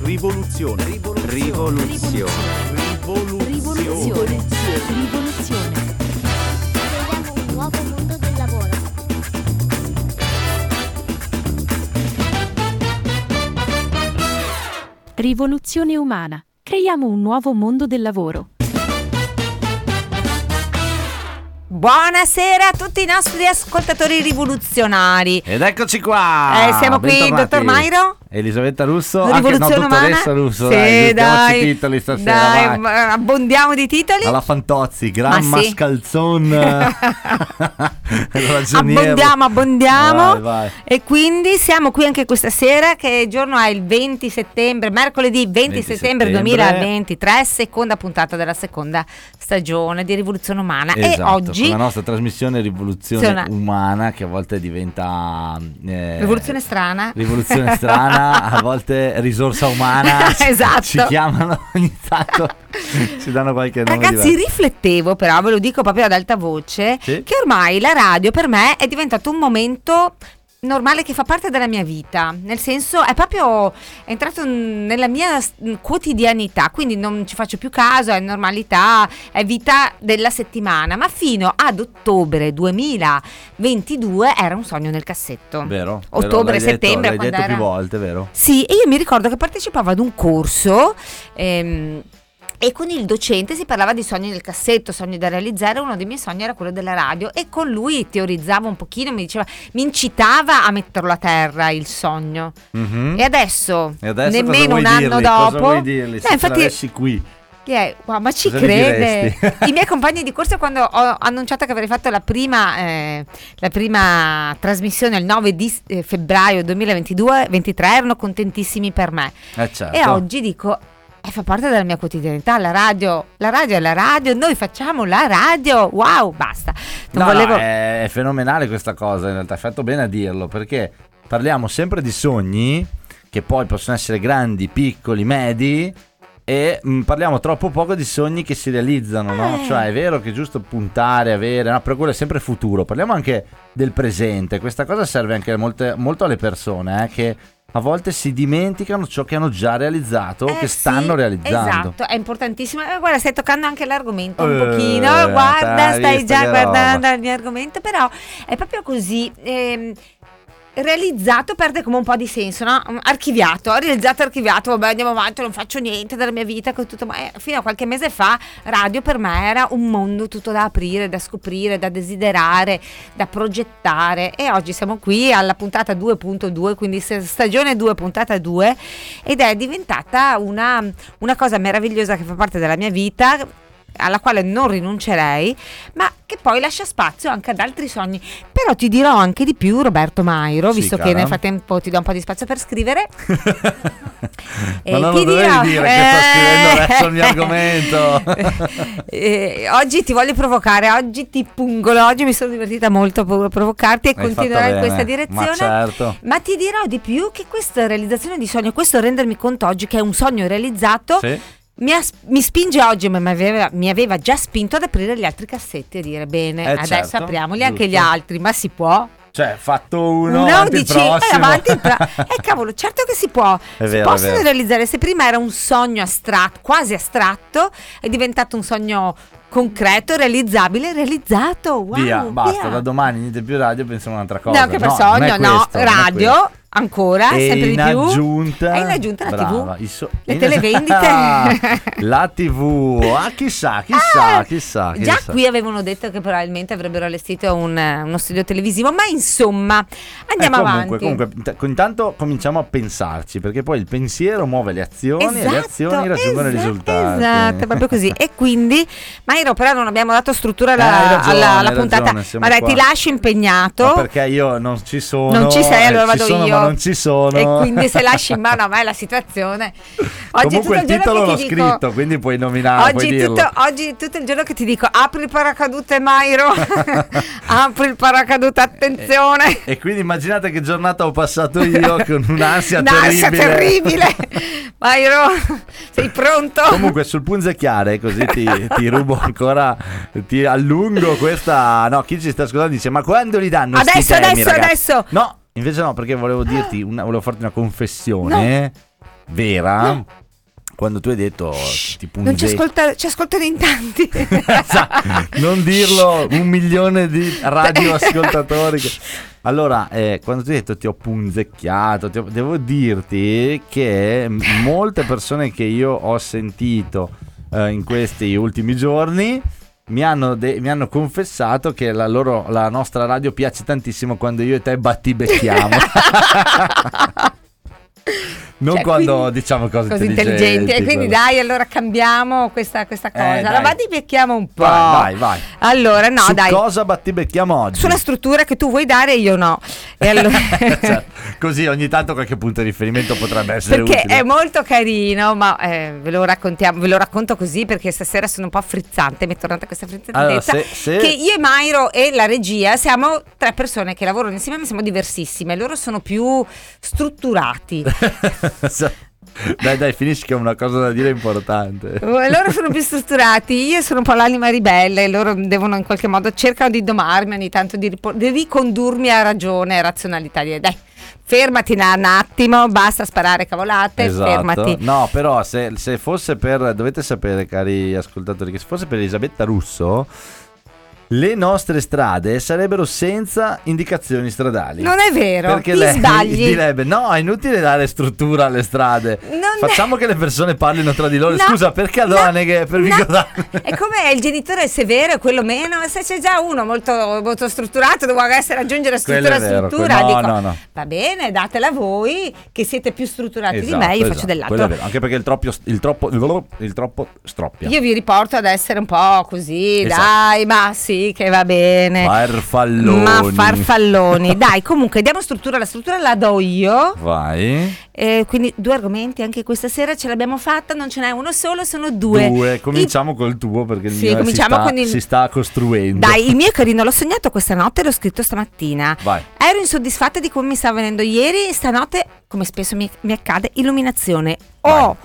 Rivoluzione. Rivoluzione. Creiamo un nuovo mondo del lavoro. Rivoluzione umana. Creiamo un nuovo mondo del lavoro. Buonasera a tutti i nostri ascoltatori rivoluzionari. Ed eccoci qua. Siamo qui, Bentornati. dottor Mairo. Elisabetta Russo. Rivoluzione dottoressa umana. Russo. Sì, Mettiamoci dai, i titoli stasera. dai, vai. abbondiamo di titoli. Alla Fantozzi, Gran Ma sì. Mascalzon. Ragioniero. Abbondiamo. Vai. E quindi siamo qui anche questa sera, che il giorno è il 20 settembre, mercoledì 20 settembre 2023, seconda puntata della seconda stagione di Rivoluzione Umana. Esatto, E oggi con la nostra trasmissione Rivoluzione Umana, che a volte diventa Rivoluzione strana. Rivoluzione strana, a volte risorsa umana. Esatto. Ci chiamano ogni tanto, ci danno qualche nome Ragazzi, diverso. riflettevo, però ve lo dico proprio ad alta voce, Sì. che ormai la radio per me è diventato un momento normale che fa parte della mia vita, nel senso è entrato nella mia quotidianità, quindi non ci faccio più caso, è normalità, è vita della settimana, ma fino ad ottobre 2022 era un sogno nel cassetto. Vero? Ottobre, L'hai detto, settembre, l'hai quando detto era... più volte, vero? Sì, e io mi ricordo che partecipavo ad un corso e con il docente si parlava di sogni nel cassetto, sogni da realizzare. Uno dei miei sogni era quello della radio e con lui teorizzavo un pochino, mi incitava a metterlo a terra il sogno. Mhm. E adesso cosa nemmeno vuoi un anno dirgli? dopo, Cosa vuoi dirgli? Se infatti, te l'avessi qui. wow, ma ci Cosa gli crede? diresti? I miei compagni di corso, quando ho annunciato che avrei fatto la prima trasmissione il 9 di febbraio 2022-23, erano contentissimi per me. Certo. E oggi dico, fa parte della mia quotidianità, la radio è la radio, noi facciamo la radio, wow, basta. Non No, volevo... è fenomenale questa cosa, in realtà hai fatto bene a dirlo, perché parliamo sempre di sogni che poi possono essere grandi, piccoli, medi, e parliamo troppo poco di sogni che si realizzano, no? Cioè è vero che è giusto puntare, avere, no? Però quello è sempre futuro. Parliamo anche del presente. Questa cosa serve anche molto alle persone, che a volte si dimenticano ciò che hanno già realizzato, che stanno realizzando. Esatto, è importantissimo. Guarda, stai toccando anche l'argomento un pochino. Stai Guarda, stai visto già che guardando roba. il mio argomento, però è proprio così. Realizzato perde come un po' di senso, no? Archiviato, vabbè, andiamo avanti, non faccio niente della mia vita con tutto, ma fino a qualche mese fa radio per me era un mondo tutto da aprire, da scoprire, da desiderare, da progettare, e oggi siamo qui alla puntata 2.2, quindi stagione 2, puntata 2, ed è diventata una cosa meravigliosa che fa parte della mia vita, alla quale non rinuncerei, ma che poi lascia spazio anche ad altri sogni. Però ti dirò anche di più, Roberto Mairo, Sì, visto cara. che nel frattempo ti do un po' di spazio per scrivere. Ma non lo dovevi dire che sto scrivendo adesso il mio argomento. Oggi ti voglio provocare, oggi ti pungolo, oggi mi sono divertita molto a provocarti e Hai continuerò fatto in questa bene, direzione. ma certo. Ma ti dirò di più, che questa realizzazione di sogno, questo rendermi conto oggi che è un sogno realizzato, Sì. mi spinge oggi, ma mi aveva già spinto ad aprire gli altri cassetti e dire bene, adesso certo, apriamoli anche giusto. gli altri, ma si può? Cioè, fatto uno, avanti il dici, prossimo. cavolo, certo che si può. È Si vero, possono è vero. realizzare. Se prima era un sogno astratto, quasi astratto, è diventato un sogno concreto, realizzabile, realizzato. Wow, Via, basta, via. da domani niente più radio, pensiamo a un'altra cosa. No, che per non è sogno, no, questo, non è radio, questo. ancora, E sempre in di più. aggiunta, E in aggiunta la brava, TV. Le televendite. La TV, chissà. Già qui avevano detto che probabilmente avrebbero allestito uno studio televisivo, ma insomma andiamo avanti. Comunque, intanto cominciamo a pensarci, perché poi il pensiero muove le azioni e le azioni raggiungono i risultati. Esatto, è proprio così. E quindi, Mairo, però non abbiamo dato struttura alla hai puntata. ragione, siamo Ma dai, qua. ti lascio impegnato. Ma perché io non ci sono. Non ci sei, allora vado ci sono, io. Ma non ci sono. E quindi se lasci in mano a me la situazione. Oggi Comunque il tutto giorno titolo che l'ho ti dico- scritto, quindi puoi nominare, puoi dirlo. Oggi tutto il giorno che ti dico apri il paracadute, Mairo. Apri il paracadute, attenzione. E quindi immaginate che giornata ho passato io con un'ansia Un'ansia terribile. Mairo, sei pronto? Comunque sul punzecchiare, così ti rubo ancora, ti allungo questa. No, chi ci sta ascoltando dice: ma quando li danno sti temi, ragazzi? Adesso. No, invece no, perché volevo dirti volevo farti una confessione. vera, quando tu hai detto ti Non ci, punzecchi. ci ascoltano in tanti. Non dirlo, 1 milione di radioascoltatori. Allora, quando ti ho detto ti ho punzecchiato, devo dirti che molte persone che io ho sentito in questi ultimi giorni mi hanno confessato che la nostra radio piace tantissimo quando io e te battibecchiamo. Non Cioè, quando quindi, diciamo cose intelligenti. E quindi però. dai, allora cambiamo questa cosa. Dai. Allora battibecchiamo un po'. Vai. Allora, no, Su dai. cosa battibecchiamo oggi? Sulla struttura che tu vuoi dare, io no. E allora... Cioè, così ogni tanto qualche punto di riferimento potrebbe essere perché utile. è molto carino, ma ve lo racconto così perché stasera sono un po' frizzante, mi è tornata questa frizzantezza. Allora, se- Che io e Mairo e la regia siamo 3 persone che lavorano insieme, ma siamo diversissime. Loro sono più strutturati. Dai, finisci che ho una cosa da dire importante. Loro sono più strutturati, io sono un po' l'anima ribelle, loro devono in qualche modo, cercano di domarmi ogni tanto, di ricondurmi a ragione, a razionalità. Dai, fermati un attimo, basta sparare cavolate, Esatto. fermati. No, però se fosse dovete sapere, cari ascoltatori, che se fosse per Elisabetta Russo, le nostre strade sarebbero senza indicazioni stradali. Non è vero, Perché ti lei sbagli. direbbe: no, è inutile dare struttura alle strade. Facciamo che le persone parlino tra di loro. No, Scusa, per Cadoneghe, per Vico d'Arme. E com'è il genitore severo e quello meno? Se c'è già uno molto, molto strutturato, devo aggiungere struttura a Quello è vero, struttura. no, dico, no. va bene, datela voi che siete più strutturati di me, io faccio dell'altro. Quello è vero, anche perché il troppo stroppia. Io vi riporto ad essere un po' così, Esatto. dai, ma sì, che va bene. Farfalloni. Ma farfalloni. Dai, comunque diamo struttura, la struttura la do io. Vai. Quindi 2 argomenti anche questa sera ce l'abbiamo fatta, non ce n'è uno solo, sono 2. 2. Cominciamo col tuo perché il Sì, mio cominciamo con il- si sta costruendo. Dai, il mio è carino, l'ho sognato questa notte e l'ho scritto stamattina. Vai. Ero insoddisfatta di come mi stava venendo ieri e stanotte, come spesso mi accade, illuminazione. Vai.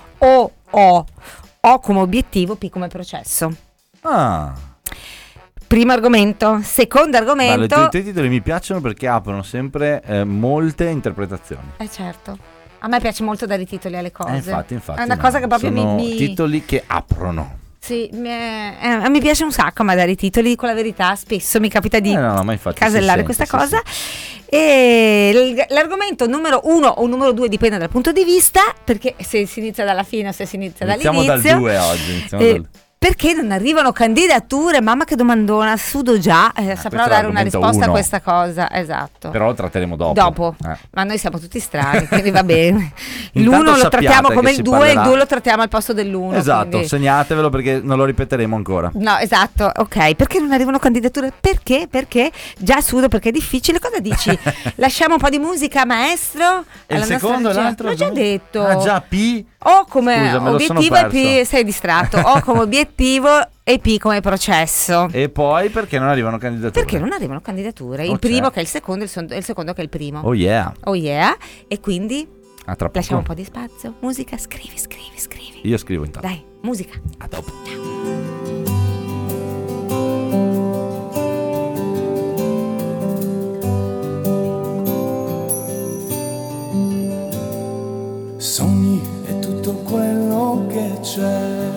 O come obiettivo, P come processo. Ah. Primo argomento. Secondo argomento. I tuoi titoli mi piacciono perché aprono sempre molte interpretazioni. Certo. A me piace molto dare i titoli alle cose. Infatti. È una no. cosa che proprio Sono mi... titoli che aprono. Sì, mi piace un sacco a me dare i titoli, con la verità spesso mi capita di No, ma infatti casellare si sente, questa si cosa. sente. E l'argomento numero 1 o numero 2 dipende dal punto di vista, perché se si inizia dalla fine o se si inizia Iniziamo dall'inizio. dal 2 oggi. Iniziamo dal... Perché non arrivano candidature? Mamma che domandona, sudo già, saprò questo è dare una l'argomento risposta a uno. questa cosa, esatto. Però lo tratteremo dopo. Ma noi siamo tutti strani, quindi va bene. Intanto L'1 lo sappiate trattiamo che come il si 2 e il parlerà- 2 lo trattiamo al posto dell'1. Esatto, quindi... segnatevelo perché non lo ripeteremo ancora. No, esatto, ok. Perché non arrivano candidature? Perché? Perché? Già sudo perché è difficile. Cosa dici? Lasciamo un po' di musica, maestro? E il alla nostra secondo e regia? l'altro? L'ho già detto. Ah, già, P. O come Scusa, me lo sono obiettivo e perso. P, sei distratto. O come obiettivo e P come processo. E poi perché non arrivano candidature? Perché non arrivano candidature? Oh, Il primo certo. che è il secondo, il secondo che è il primo. Oh yeah. Oh yeah. E quindi A tra poco. lasciamo un po' di spazio. Musica, scrivi. Io scrivo intanto. Dai, musica. A dopo. Sogni è tutto quello che c'è,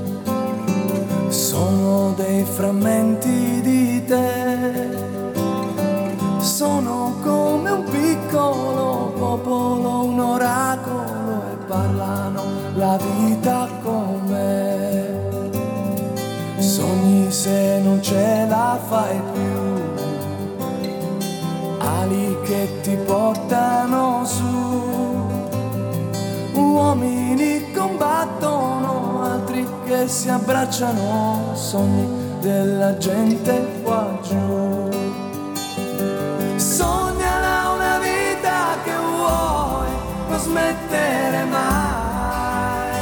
sono dei frammenti di te, sono come un piccolo popolo, un oracolo e parlano la vita con me. Sogni se non ce la fai più, ali che ti portano su. Uomini combattono, altri che si abbracciano, sogni della gente qua giù. Sognala una vita che vuoi, non smettere mai.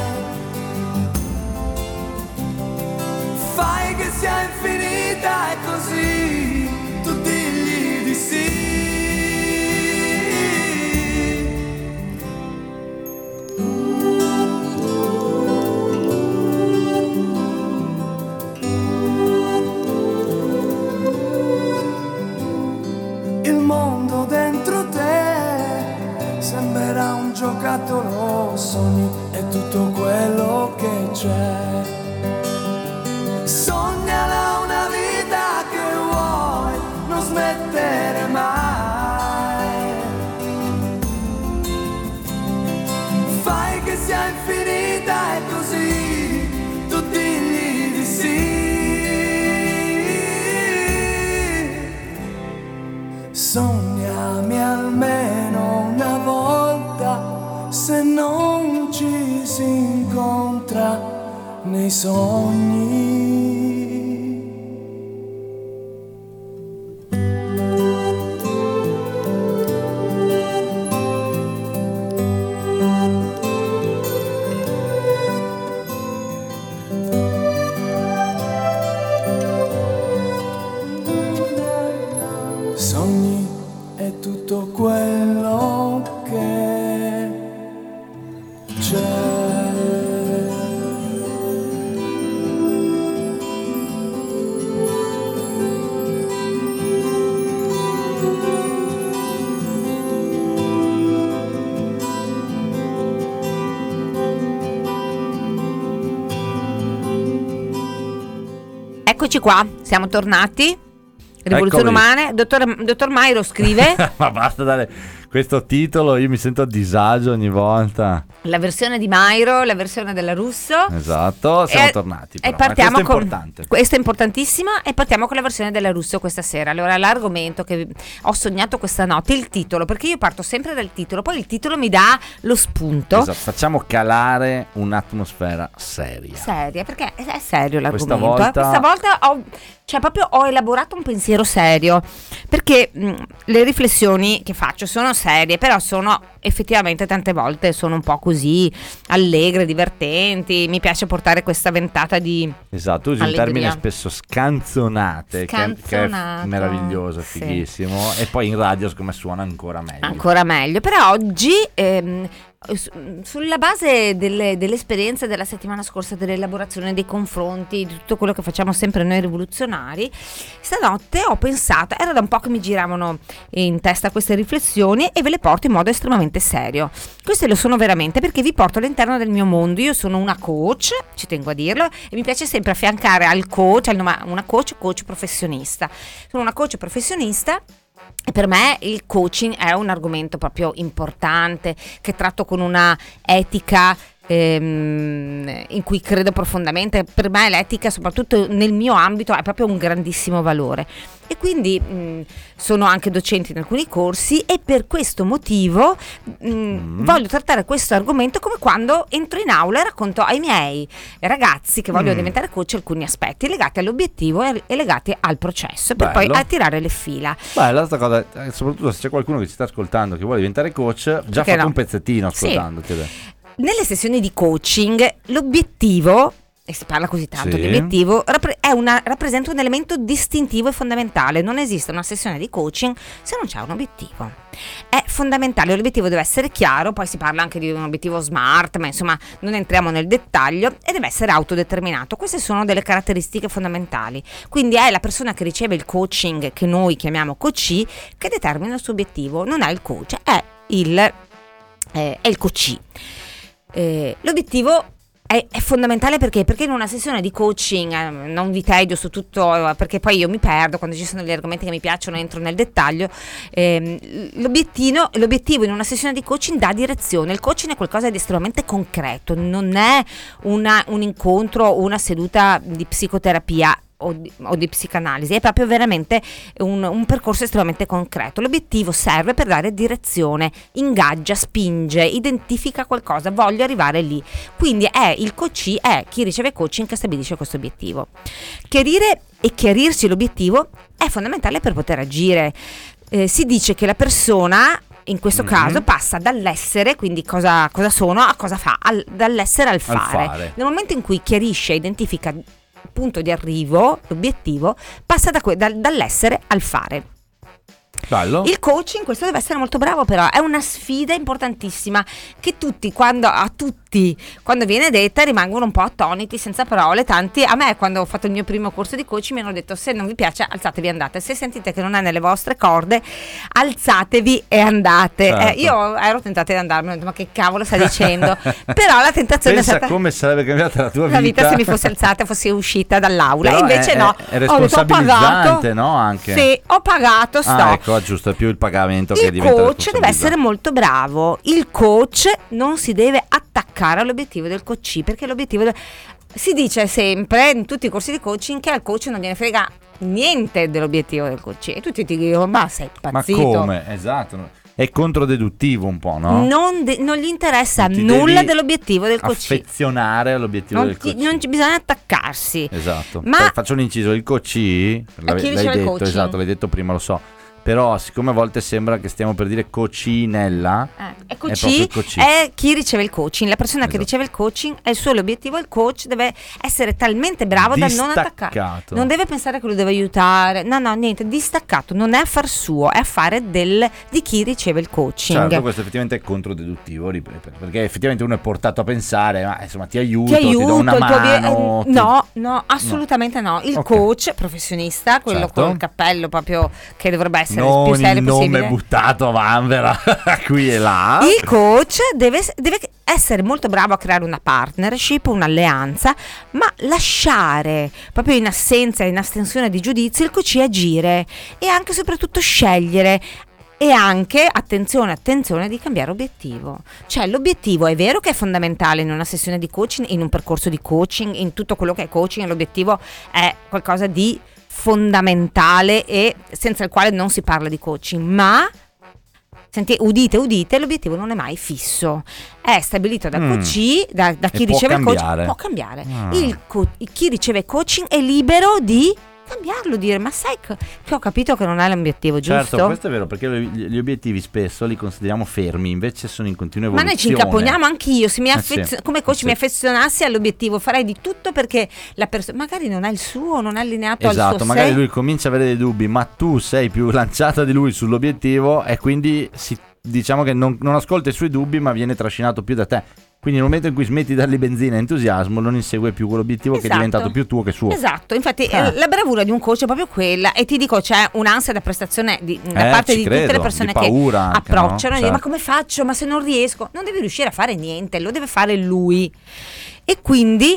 Fai che sia infinita e così tu digli di sì. Il mondo dentro te sembra era un giocattolo, sogni è tutto quello che c'è. Sognala una vita che vuoi, non smettere mai. Fai che sia infinita e così tu digli di sì. Sognami almeno una volta, se non ci si incontra nei sogni. Sogni è tutto quello che c'è. Eccoci qua, siamo tornati. Rivoluzione Eccomi. umana. Dottor Mairo scrive Ma basta dare questo titolo, io mi sento a disagio ogni volta. la versione di Mairo, la versione della Russo. Esatto, siamo E- tornati. E Però. partiamo Questo è con importante. questa è importantissima e partiamo con la versione della Russo questa sera. Allora, l'argomento che ho sognato questa notte, il titolo, perché io parto sempre dal titolo, poi il titolo mi dà lo spunto. Esatto, facciamo calare un'atmosfera seria. Seria, perché è serio Questa l'argomento. volta- Questa volta ho elaborato un pensiero serio, perché le riflessioni che faccio sono serie, però sono effettivamente tante volte sono un po' così allegre, divertenti, mi piace portare questa ventata di Esatto, usi un allegria. termine spesso scanzonate, che è Scanzonato, meraviglioso, è sì. fighissimo. E poi in radio secondo me suona ancora meglio. ancora meglio. Però oggi sulla base dell'esperienza della settimana scorsa, dell'elaborazione dei confronti, di tutto quello che facciamo sempre noi rivoluzionari, stanotte ho pensato, era da un po' che mi giravano in testa queste riflessioni e ve le porto in modo estremamente serio. Queste lo sono veramente, perché vi porto all'interno del mio mondo. Io sono una coach, ci tengo a dirlo, e mi piace sempre affiancare al coach, una coach professionista. Sono una coach professionista. E per me il coaching è un argomento proprio importante, che tratto con una etica in cui credo profondamente. Per me l'etica, soprattutto nel mio ambito, è proprio un grandissimo valore. E quindi sono anche docente in alcuni corsi, e per questo motivo voglio trattare questo argomento come quando entro in aula e racconto ai miei ragazzi che vogliono diventare coach alcuni aspetti legati all'obiettivo e legati al processo, per Bello. poi attirare le fila. Bella sta cosa, soprattutto se c'è qualcuno che ci sta ascoltando che vuole diventare coach, già Perché fatto no? un pezzettino Sì. ascoltandoti. Nelle sessioni di coaching l'obiettivo, e si parla così tanto Sì. di obiettivo, rappresenta un elemento distintivo e fondamentale. Non esiste una sessione di coaching se non c'è un obiettivo. È fondamentale, l'obiettivo deve essere chiaro, poi si parla anche di un obiettivo smart, ma insomma non entriamo nel dettaglio, e deve essere autodeterminato. Queste sono delle caratteristiche fondamentali. Quindi è la persona che riceve il coaching, che noi chiamiamo coachee, che determina il suo obiettivo. Non è il coach, è il coachee. L'obiettivo è fondamentale perché in una sessione di coaching, non vi tedio su tutto, perché poi io mi perdo quando ci sono gli argomenti che mi piacciono, entro nel dettaglio. L'obiettivo in una sessione di coaching dà direzione. Il coaching è qualcosa di estremamente concreto, non è un incontro o una seduta di psicoterapia o di psicanalisi, è proprio veramente un percorso estremamente concreto. L'obiettivo serve per dare direzione, ingaggia, spinge, identifica qualcosa, voglio arrivare lì. Quindi il coachee è chi riceve coaching che stabilisce questo obiettivo. Chiarire e chiarirsi l'obiettivo è fondamentale per poter agire. Si dice che la persona in questo caso passa dall'essere, quindi cosa sono, a cosa fa, dall'essere al fare. Nel momento in cui chiarisce, identifica punto di arrivo, l'obiettivo, passa dall'essere al fare. Bello. Il coach in questo deve essere molto bravo, però è una sfida importantissima che quando viene detta rimangono un po' attoniti, senza parole. Tanti, a me quando ho fatto il mio primo corso di coaching mi hanno detto: se non vi piace alzatevi e andate, se sentite che non è nelle vostre corde alzatevi e andate. Certo. Io ero tentata di andarmene, ho detto: ma che cavolo stai dicendo? Però la tentazione Pensa è stata come sarebbe cambiata la tua la vita se mi fosse alzata e fossi uscita dall'aula. Però Invece no, è ho detto, ho responsabilizzante, pagato, no? Anche. sì, ho pagato, sto. Ah, ecco, giusto, è più il pagamento che Il diventa coach deve essere responsabilità. molto bravo. Il coach non si deve attaccare all'obiettivo del coach, perché si dice sempre in tutti i corsi di coaching che al coach non gliene frega niente dell'obiettivo del coach, e tutti ti dicono: ma sei Ma impazzito. come? Esatto. È controdeduttivo un po', no? Non gli interessa Ti nulla devi dell'obiettivo del coach. affezionare all'obiettivo del coach. Non ci bisogna attaccarsi. Esatto. Ma Faccio un inciso, il coach, l'hai chi riceve il detto, coaching? esatto, l'hai detto prima, lo so. Però siccome a volte sembra che stiamo per dire cocinella, è proprio il coach. è chi riceve il coaching. La persona che Esatto. riceve il coaching è il suo obiettivo. Il coach deve essere talmente bravo da non attaccare. Distaccato. Non deve pensare che lo deve aiutare. No, niente, distaccato. Non è affar suo, è affare di chi riceve il coaching. Certo, questo effettivamente è controdeduttivo, ripeto, perché effettivamente uno è portato a pensare, ma insomma ti aiuto, ti do una il tuo mano. no, assolutamente no. Il Ok. coach professionista, quello Certo. col cappello proprio che dovrebbe essere il Non più serio il nome possibile. buttato a vanvera qui e là. Il coach deve essere molto bravo a creare una partnership, un'alleanza, ma lasciare proprio in assenza, in astensione di giudizio, il coach agire e anche e soprattutto scegliere. E anche, attenzione, di cambiare obiettivo. Cioè l'obiettivo è vero che è fondamentale in una sessione di coaching, in un percorso di coaching, in tutto quello che è coaching, l'obiettivo è qualcosa di fondamentale e senza il quale non si parla di coaching, ma senti, udite, l'obiettivo non è mai fisso, è stabilito dal coach, da chi può riceve il cambiare. coaching, può cambiare. Ah. Chi riceve coaching è libero di cambiarlo, dire: ma sai che ho capito che non è l'obiettivo, giusto? Certo, questo è vero, perché gli obiettivi spesso li consideriamo fermi, invece sono in continua Ma evoluzione. noi ci incaponiamo anch'io. Se Sì. come coach Sì. mi affezionassi all'obiettivo, farei di tutto perché la persona magari non è il suo, non è allineato al Esatto, suo magari sé. lui comincia a avere dei dubbi, ma tu sei più lanciata di lui sull'obiettivo e quindi diciamo che non ascolta i suoi dubbi, ma viene trascinato più da te. Quindi nel momento in cui smetti di dargli benzina e entusiasmo, non insegue più quell'obiettivo che è Esatto. diventato più tuo che suo. Esatto, infatti la bravura di un coach è proprio quella, e ti dico, c'è un'ansia da prestazione da parte ci di credo, tutte le persone di paura che anche, no? approcciano e dicono: ma Certo. come faccio? Ma se non riesco? Non devi riuscire a fare niente, lo deve fare lui. E quindi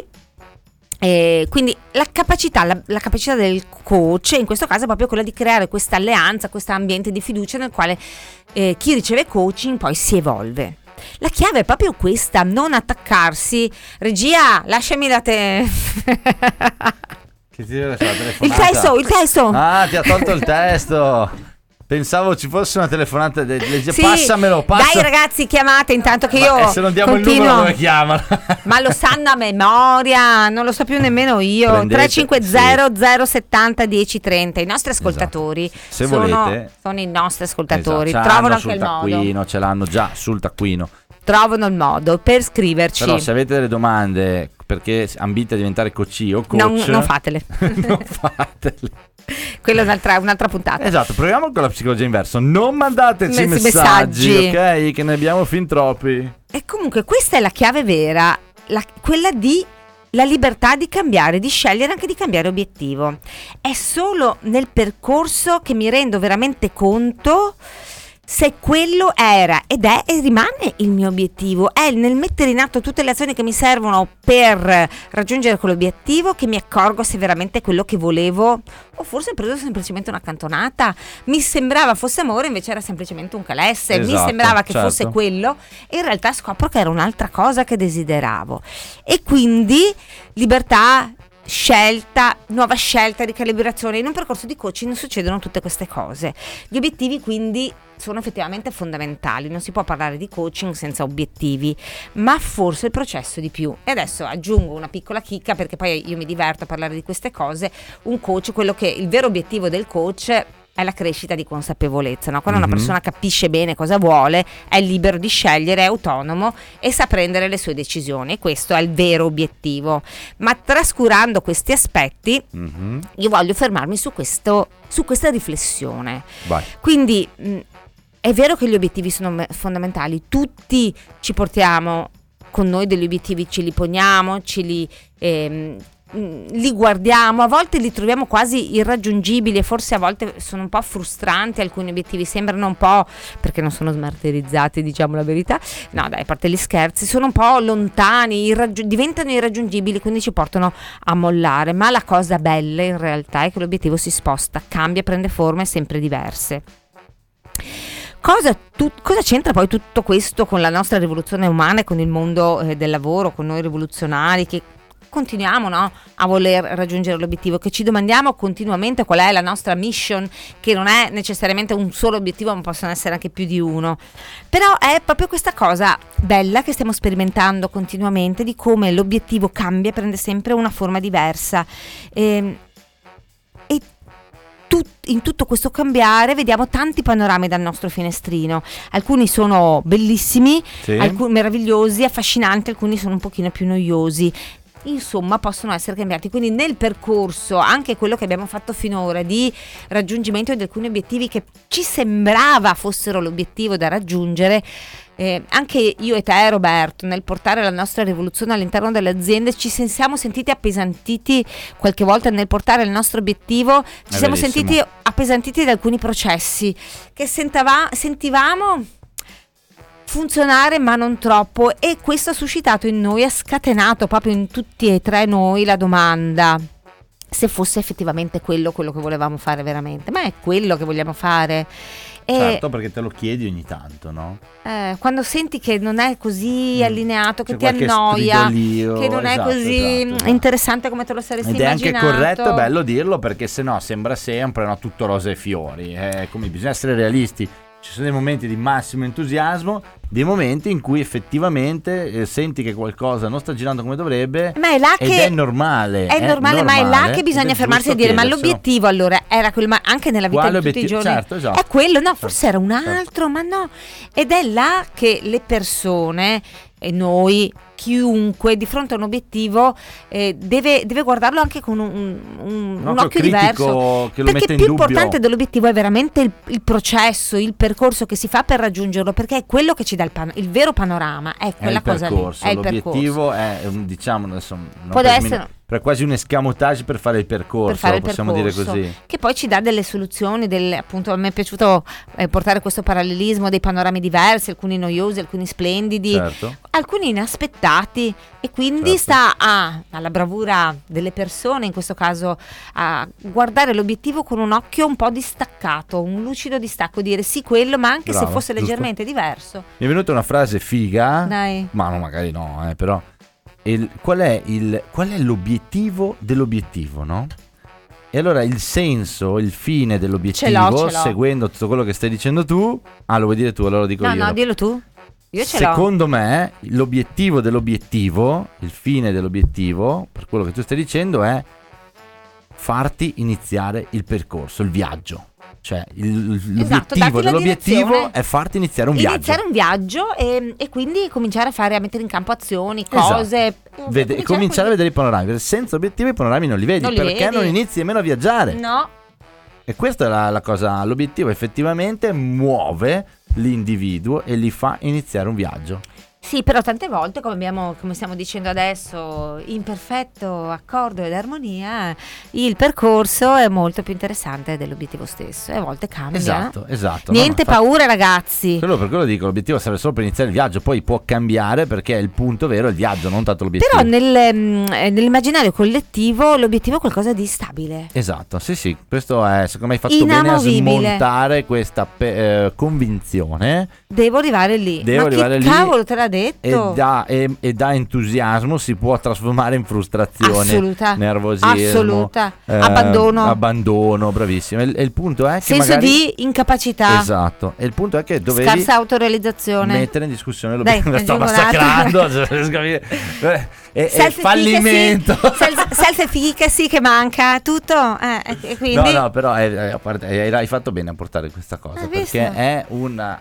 la capacità del coach in questo caso è proprio quella di creare questa alleanza, questo ambiente di fiducia nel quale chi riceve coaching poi si evolve. La chiave è proprio questa, non attaccarsi. Regia, lasciami la te. Che ti deve lasciare la telefonata? Il testo. Ah, ti ha tolto il testo. Pensavo ci fosse una telefonata. Sì, Passamelo, Dai ragazzi, chiamate intanto che io e se non diamo il continuo. numero dove chiamano? Ma lo sanno a memoria, non lo so più nemmeno io. Prendete, 350 070 1030. I nostri ascoltatori Se volete. sono i nostri ascoltatori. Esatto, ce Trovano l'hanno anche il sul modo. taccuino, ce l'hanno già sul taccuino. Trovano il modo per scriverci. Però se avete delle domande perché ambite a diventare coach o coach, non fatele. non fatele. Quella è un'altra puntata. Esatto, proviamo con la psicologia inversa. Non mandateci Messaggi. ok? Che ne abbiamo fin troppi. E comunque questa è la chiave vera, quella di la libertà di cambiare, di scegliere anche di cambiare obiettivo. È solo nel percorso che mi rendo veramente conto se quello era ed è e rimane il mio obiettivo. È nel mettere in atto tutte le azioni che mi servono per raggiungere quell'obiettivo che mi accorgo se veramente è quello che volevo, o forse ho preso semplicemente una cantonata. Mi sembrava fosse amore, invece era semplicemente un calesse. Mi Esatto, sembrava che certo. fosse quello e in realtà scopro che era un'altra cosa che desideravo. E quindi libertà, scelta, nuova scelta, ricalibrazione. In un percorso di coaching succedono tutte queste cose. Gli obiettivi quindi sono effettivamente fondamentali, non si può parlare di coaching senza obiettivi, ma forse il processo di più. E adesso aggiungo una piccola chicca, perché poi io mi diverto a parlare di queste cose. Un coach, il vero obiettivo del coach è la crescita di consapevolezza, no? Quando una Mhm. persona capisce bene cosa vuole, è libero di scegliere, è autonomo e sa prendere le sue decisioni, e questo è il vero obiettivo. Ma trascurando questi aspetti, Mhm. io voglio fermarmi su questa riflessione. Vai. Quindi è vero che gli obiettivi sono fondamentali, tutti ci portiamo con noi degli obiettivi, ce li poniamo, li guardiamo, a volte li troviamo quasi irraggiungibili e forse a volte sono un po' frustranti, alcuni obiettivi sembrano un po', perché non sono smarterizzati, diciamo la verità, no dai, a parte gli scherzi, sono un po' lontani, diventano irraggiungibili, quindi ci portano a mollare, ma la cosa bella in realtà è che l'obiettivo si sposta, cambia, prende forme sempre diverse. Cosa c'entra poi tutto questo con la nostra rivoluzione umana e con il mondo del lavoro, con noi rivoluzionari che continuiamo, no, a voler raggiungere l'obiettivo, che ci domandiamo continuamente qual è la nostra mission, che non è necessariamente un solo obiettivo, ma possono essere anche più di uno. Però è proprio questa cosa bella che stiamo sperimentando continuamente, di come l'obiettivo cambia, prende sempre una forma diversa. E in tutto questo cambiare vediamo tanti panorami dal nostro finestrino, alcuni sono bellissimi, Sì. alcuni meravigliosi, affascinanti, alcuni sono un pochino più noiosi. Insomma, possono essere cambiati. Quindi nel percorso, anche quello che abbiamo fatto finora di raggiungimento di alcuni obiettivi che ci sembrava fossero l'obiettivo da raggiungere, anche io e te, Roberto, nel portare la nostra rivoluzione all'interno delle aziende ci siamo sentiti appesantiti qualche volta nel portare il nostro obiettivo, ci siamo verissimo. sentiti appesantiti da alcuni processi che sentivamo funzionare, ma non troppo, e questo ha suscitato in noi, ha scatenato proprio in tutti e tre noi la domanda se fosse effettivamente quello che volevamo fare veramente, ma è quello che vogliamo fare. E Certo, perché te lo chiedi ogni tanto, no? quando senti che non è così allineato, che C'è ti qualche annoia, stridolio, che non esatto, è così esatto. interessante come te lo saresti Ed è anche immaginato. corretto e bello dirlo, perché sennò sembra sempre, no, tutto rose e fiori. Come bisogna essere realisti. Ci sono dei momenti di massimo entusiasmo, dei momenti in cui effettivamente senti che qualcosa non sta girando come dovrebbe, Ma è là ed che è normale. ma è là che ed bisogna è fermarsi giusto e dire: ma chiederselo. l'obiettivo allora era quello, ma anche nella vita Quale di tutti i obiettivo? giorni Certo, esatto. è quello, no, Certo, forse era un altro, ma no. Ed è là che le persone e noi, chiunque, di fronte a un obiettivo deve guardarlo anche con un occhio occhio critico diverso, che lo perché mette in più dubbio. importante dell'obiettivo è veramente il processo, il percorso che si fa per raggiungerlo, perché è quello che ci dà il vero panorama, è È quella il cosa percorso, lì, è il l'obiettivo percorso. è diciamo adesso non Può per essere- per quasi un escamotage per fare il percorso, per fare il possiamo percorso, dire così. che poi ci dà delle soluzioni, appunto a me è piaciuto portare questo parallelismo dei panorami diversi, alcuni noiosi, alcuni splendidi, Certo. alcuni inaspettati, e quindi Certo. sta alla bravura delle persone, in questo caso, a guardare l'obiettivo con un occhio un po' distaccato, un lucido distacco, dire sì quello, ma anche Brava, se fosse giusto. leggermente diverso. Mi è venuta una frase figa, Dai. ma no, magari no, però qual è l'obiettivo dell'obiettivo, no? E allora il senso, il fine dell'obiettivo, Ce l'ho. seguendo tutto quello che stai dicendo tu, lo vuoi dire tu, allora lo dico No, io. no, dillo tu. Io ce l'ho. Secondo me l'obiettivo dell'obiettivo, il fine dell'obiettivo, per quello che tu stai dicendo, è farti iniziare il percorso, il viaggio. Cioè l'obiettivo darti la dell'obiettivo direzione. è farti iniziare un viaggio. Iniziare un viaggio e quindi cominciare a mettere in campo azioni, Esatto. cose. Cominciare a vedere i panorami, perché senza obiettivi i panorami non li vedi, Non li perché vedi. non inizi nemmeno a viaggiare. No, E questa è la cosa, l'obiettivo effettivamente muove l'individuo e gli fa iniziare un viaggio. sì, però tante volte, come stiamo dicendo adesso, in perfetto accordo ed armonia, il percorso è molto più interessante dell'obiettivo stesso e a volte cambia. Esatto. Niente No, infatti, paura, ragazzi. per quello dico, l'obiettivo serve solo per iniziare il viaggio, poi può cambiare perché il punto vero è il viaggio, non tanto l'obiettivo. Però nell'immaginario collettivo l'obiettivo è qualcosa di stabile. Esatto, sì, questo è, secondo me hai fatto bene a Inamovibile. smontare questa convinzione. Devo arrivare lì. Devo Ma arrivare chi lì. cavolo te l'ha detto. E da entusiasmo si può trasformare in frustrazione, Assoluta. nervosismo, Assoluta. Abbandono. Bravissimo. E il punto è che senso magari, di incapacità. esatto, e il punto è che dovevi Scarsa autorealizzazione. mettere in discussione Dai, sto aggiungo un massacrando e fallimento. Self-efficacy che manca tutto, e quindi No, però hai fatto bene a portare questa cosa, Hai perché visto? è un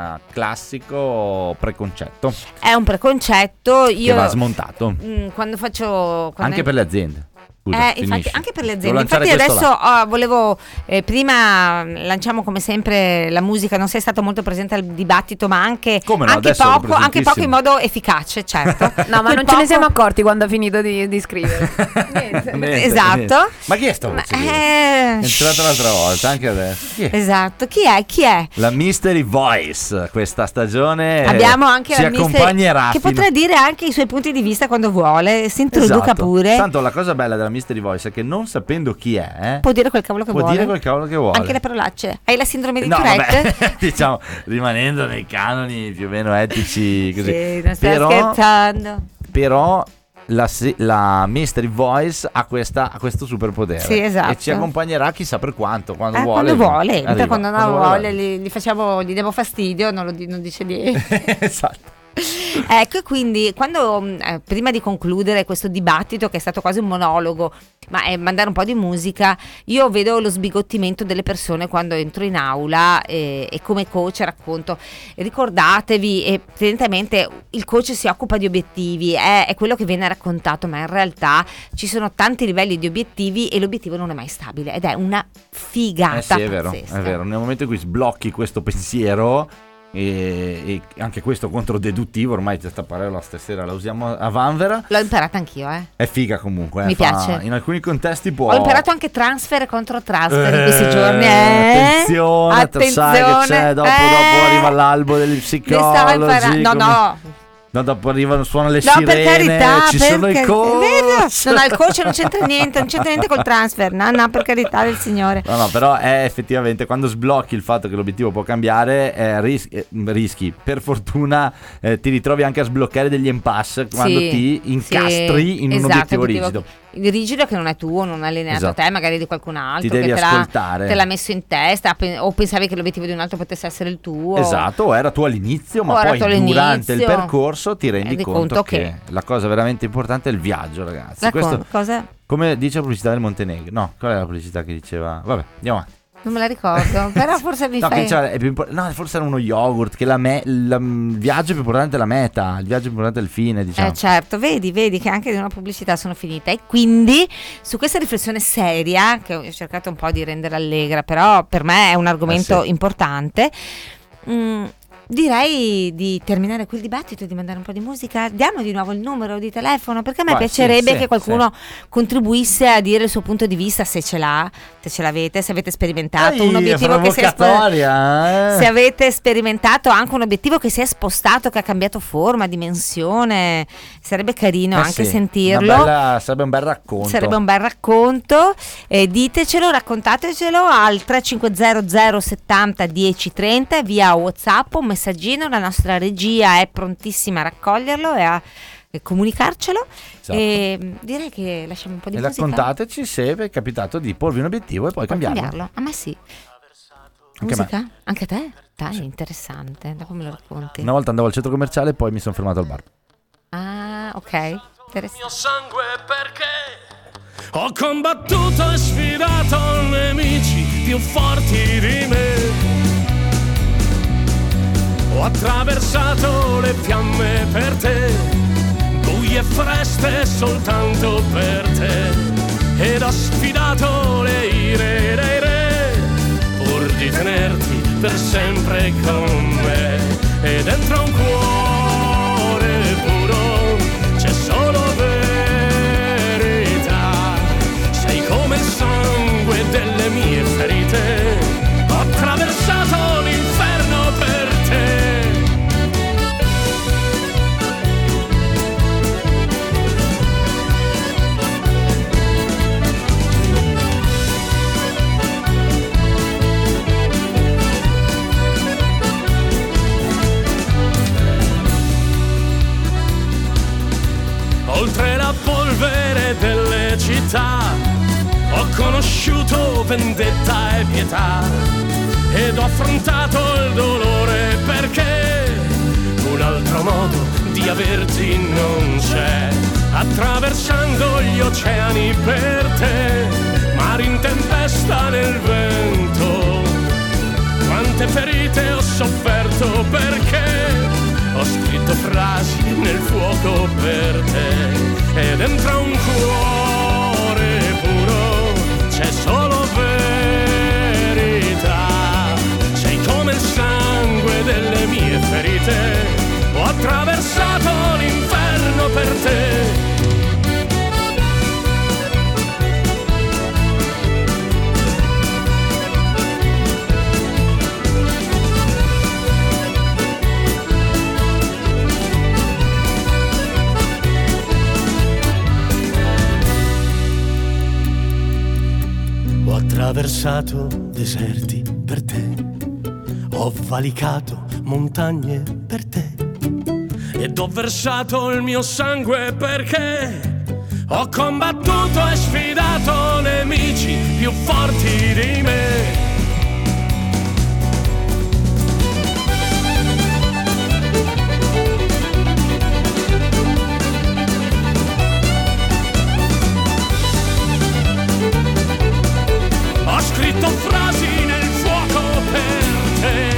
classico preconcetto è un preconcetto. che Io va smontato quando faccio anche per le aziende. Scusa, infatti, finisci. anche per le Devo aziende. lanciare Infatti questo adesso là. volevo prima lanciamo come sempre la musica. Non sei stato molto presente al dibattito, ma anche, Come no, anche adesso ero poco in modo efficace, certo. No, ma Quel non ce ne poco- siamo accorti quando ha finito di scrivere. Niente, esatto. niente. Ma chi è sta voce? È entrata l'altra volta, anche adesso. Chi è? Esatto. Chi è? La Mystery Voice questa stagione Abbiamo anche ci la Mystery, accompagnerà che fino- potrà dire anche i suoi punti di vista quando vuole. Si introduca Esatto. pure. Tanto la cosa bella della Mystery Voice è che non sapendo chi è, Può dire quel cavolo che può vuole. dire quel cavolo che vuole. Anche le parolacce. Hai la sindrome di No, Tourette? vabbè, diciamo, rimanendo nei canoni più o meno etici così. Sì, non stai scherzando. Però la Mystery Voice ha questo superpotere. Sì, esatto. E ci accompagnerà chissà per quanto, quando Quando vuole, arriva. quando non ha voglia gli diamo fastidio, non dice niente. Esatto. Ecco, e quindi quando prima di concludere questo dibattito, che è stato quasi un monologo, ma è mandare un po' di musica, io vedo lo sbigottimento delle persone quando entro in aula e come coach racconto. Ricordatevi, e tendenzialmente il coach si occupa di obiettivi, è quello che viene raccontato, ma in realtà ci sono tanti livelli di obiettivi e l'obiettivo non è mai stabile ed è una figata. Sì, è vero, pazzesca. è vero. Nel momento in cui sblocchi questo pensiero e anche questo controdeduttivo, ormai questa parola stasera la usiamo a vanvera, L'ho imparata anch'io, è figa comunque. Mi piace. In alcuni contesti può. Ho imparato anche transfer e contro transfer in questi giorni. Attenzione, sai che c'è, dopo arriva l'albo degli Mi stavo imparando. psicologi. No, dopo suonano le No, sirene, per carità, ci sono i coach. No, il coach non c'entra niente col transfer. No, per carità del Signore. No, però è effettivamente quando sblocchi il fatto che l'obiettivo può cambiare, rischi. Per fortuna ti ritrovi anche a sbloccare degli impasse quando ti incastri in un obiettivo rigido. Il rigido che non è tuo, non è allineato a te, magari di qualcun altro. Ti devi ascoltare. Te l'ha messo in testa, o pensavi che l'obiettivo di un altro potesse essere il tuo. Esatto, o era tu all'inizio, ma poi durante il percorso ti rendi conto che la cosa veramente importante è il viaggio, ragazzi. Cosa? Come dice la pubblicità del Montenegro. No, qual è la pubblicità che diceva? Vabbè, andiamo avanti. Non me la ricordo, però forse mi fai... forse era uno yogurt, che il viaggio più importante è la meta, il viaggio più importante è il fine, diciamo. Certo, vedi che anche di una pubblicità sono finita. E quindi su questa riflessione seria, che ho cercato un po' di rendere allegra, però per me è un argomento importante, direi di terminare qui il dibattito e di mandare un po' di musica. Diamo di nuovo il numero di telefono, perché a me piacerebbe che qualcuno contribuisse a dire il suo punto di vista, se ce l'avete, se avete sperimentato un obiettivo che se avete sperimentato anche un obiettivo che si è spostato, che ha cambiato forma, dimensione, sarebbe carino anche sentirlo. Sarebbe un bel racconto. Ditecelo, raccontatecelo al 3500 70 10 30 via WhatsApp, un messaggino. La nostra regia è prontissima a raccoglierlo e a comunicarcelo. Esatto. E direi che lasciamo un po' di musica. Raccontateci se vi è capitato di porvi un obiettivo e poi cambiarlo. A me sì. Anche musica? Anche a te? Dai, interessante. Dopo me lo racconti. Una volta andavo al centro commerciale e poi mi sono fermato al bar. Ah, ok. Il mio sangue perché ho combattuto e sfidato nemici più forti di me. Ho attraversato le fiamme per te, buie fresche soltanto per te, ed ho sfidato le ire dei re, pur di tenerti per sempre con me. E dentro un cuore puro c'è solo verità, sei come il sangue delle mie ferite, ho attraversato l'inferno per te. oltre la polvere delle città, ho conosciuto vendetta e pietà ed ho affrontato il dolore perché un altro modo di averti non c'è. Attraversando gli oceani per te, mari in tempesta nel vento, quante ferite ho sofferto perché ho scritto frasi nel fuoco per te e dentro un cuore puro c'è solo verità. Sei come il sangue delle mie ferite, ho attraversato l'inferno per te. Ho attraversato deserti per te, ho valicato montagne per te ed ho versato il mio sangue perché ho combattuto e sfidato nemici più forti di me. Ho scritto frasi nel fuoco per te.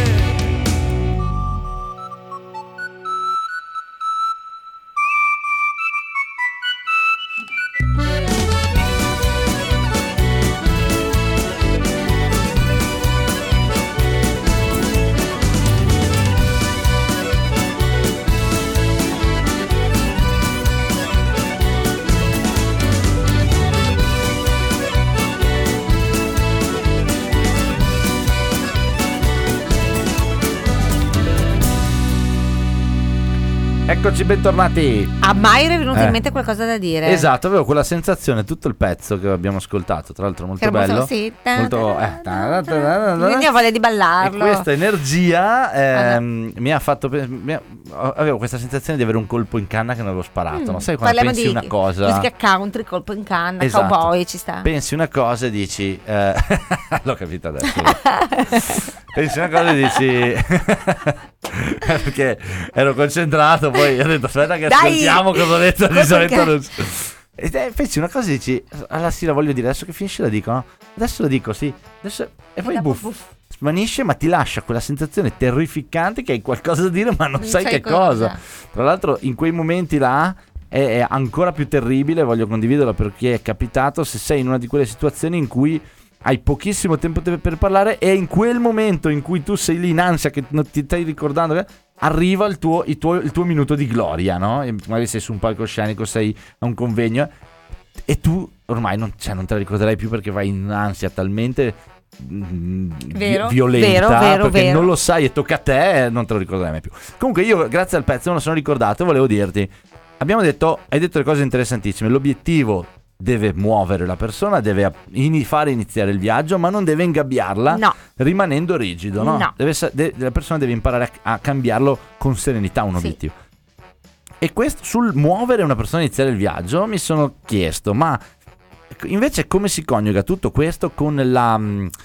Eccoci, bentornati. A Maire è venuto in mente qualcosa da dire. Esatto, avevo quella sensazione, tutto il pezzo che abbiamo ascoltato, tra l'altro molto Che era bello. molto- sì. Molto, Quindi ho voglia di ballarlo. E questa energia mi ha fatto avevo questa sensazione di avere un colpo in canna che non avevo sparato, no? Sai quando Parliamo pensi di una cosa, musica country, colpo in canna, Esatto. cowboy, ci sta. pensi una cosa e dici l'ho capito adesso. Pensi una cosa e dici perché ero concentrato, poi ho detto aspetta che Dai! ascoltiamo cosa ha detto Colpo Elisabetta in canna. Russo. E pensi una cosa e dici alla sì la voglio dire, adesso che finisce la dico, no? Adesso la dico, sì, adesso... e poi dopo, buff, svanisce, ma ti lascia quella sensazione terrificante che hai qualcosa da dire ma non sai che cosa. cosa. Tra l'altro in quei momenti là è ancora più terribile, voglio condividerlo per chi è capitato, se sei in una di quelle situazioni in cui hai pochissimo tempo per parlare e in quel momento in cui tu sei lì in ansia che non ti stai ricordando, arriva il tuo minuto di gloria, no? E magari sei su un palcoscenico, sei a un convegno e tu ormai non te la ricorderai più perché vai in ansia talmente violenta, perché non lo sai e tocca a te e non te lo ricorderai mai più. Comunque io grazie al pezzo me lo sono ricordato e volevo dirti, hai detto le cose interessantissime. L'obiettivo deve muovere la persona, deve fare iniziare il viaggio, ma non deve ingabbiarla, No. rimanendo rigido, no? No. La persona deve imparare a cambiarlo con serenità, un Sì. obiettivo. E questo sul muovere una persona a iniziare il viaggio mi sono chiesto, ma invece come si coniuga tutto questo con la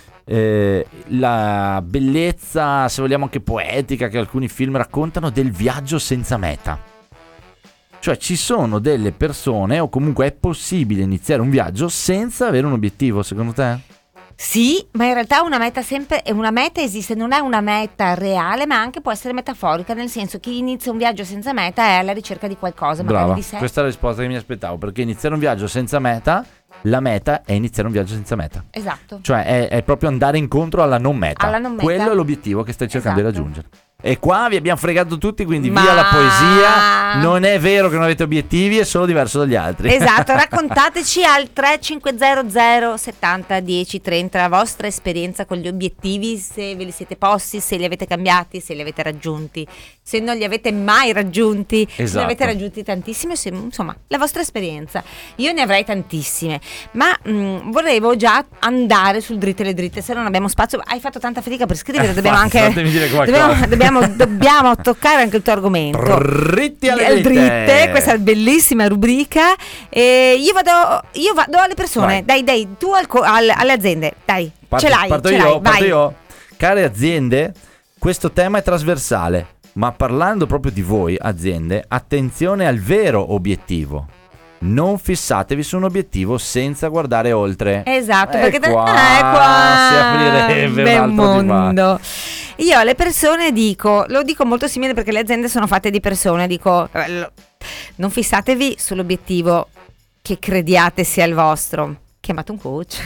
bellezza, se vogliamo anche poetica, che alcuni film raccontano del viaggio senza meta? Cioè ci sono delle persone, o comunque è possibile iniziare un viaggio senza avere un obiettivo, secondo te? Sì, ma in realtà una meta esiste, non è una meta reale, ma anche può essere metaforica, nel senso che chi inizia un viaggio senza meta è alla ricerca di qualcosa, magari Brava, di sé. questa è la risposta che mi aspettavo, perché iniziare un viaggio senza meta, la meta è iniziare un viaggio senza meta. Esatto. Cioè è proprio andare incontro alla non meta. Alla non meta. Quello è l'obiettivo che stai cercando di Esatto. raggiungere. E qua vi abbiamo fregato tutti, quindi Ma- via la poesia. Non è vero che non avete obiettivi, è solo diverso dagli altri. Esatto, raccontateci al 3500 70 10 30 la vostra esperienza con gli obiettivi, se ve li siete posti, se li avete cambiati, se li avete raggiunti. se non li avete mai raggiunti, se Esatto. ne avete raggiunti tantissimi, insomma, la vostra esperienza. Io ne avrei tantissime, ma volevo già andare sul dritte le dritte, se non abbiamo spazio. Hai fatto tanta fatica per scrivere, dobbiamo infatti, anche fatemi dire qualcosa. dobbiamo toccare anche il tuo argomento. Dritti alle dritte, questa è bellissima rubrica. Io vado alle persone. Vai. Dai, tu alle aziende. Dai, Parto ce io, l'hai, vai. parto io. Care aziende, questo tema è trasversale, ma parlando proprio di voi, aziende, attenzione al vero obiettivo. Non fissatevi su un obiettivo senza guardare oltre. Esatto, È perché qua si si aprirebbe un altro mondo. Io alle persone lo dico molto simile perché le aziende sono fatte di persone, dico non fissatevi sull'obiettivo che crediate sia il vostro. Chiamate un coach.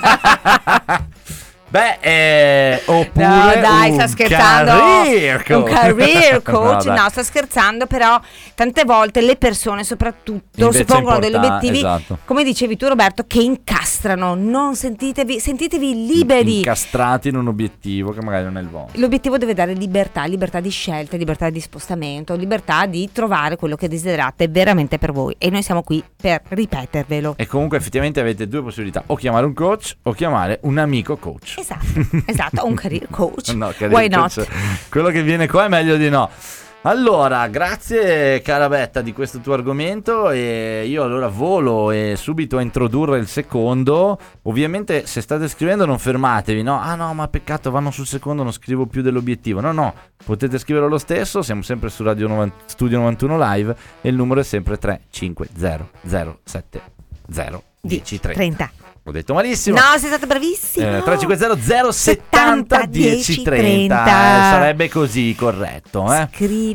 Oppure no, dai, sta un scherzando. career coach. Un career coach. No, No, dai. sto scherzando, però tante volte le persone soprattutto Invece si pongono degli importa- obiettivi, esatto. come dicevi tu Roberto, che incastrano. Non sentitevi liberi. Incastrati in un obiettivo che magari non è il vostro. L'obiettivo deve dare libertà di scelta, libertà di spostamento, libertà di trovare quello che desiderate veramente per voi. E noi siamo qui per ripetervelo. E comunque effettivamente avete due possibilità: o chiamare un coach o chiamare un amico coach. Esatto, un career coach. No, career Why coach. not? Quello che viene qua è meglio di no. Allora, grazie cara Betta di questo tuo argomento, e io allora volo e subito a introdurre il secondo. Ovviamente se state scrivendo non fermatevi, no? Ah no, ma peccato, vanno sul secondo, non scrivo più dell'obiettivo. No, potete scriverlo lo stesso, siamo sempre su Studio 91 Live e il numero è sempre 350 070 1030. 30. Ho detto malissimo. No, sei stato bravissimo. 350 070 1030. Sarebbe così corretto, eh?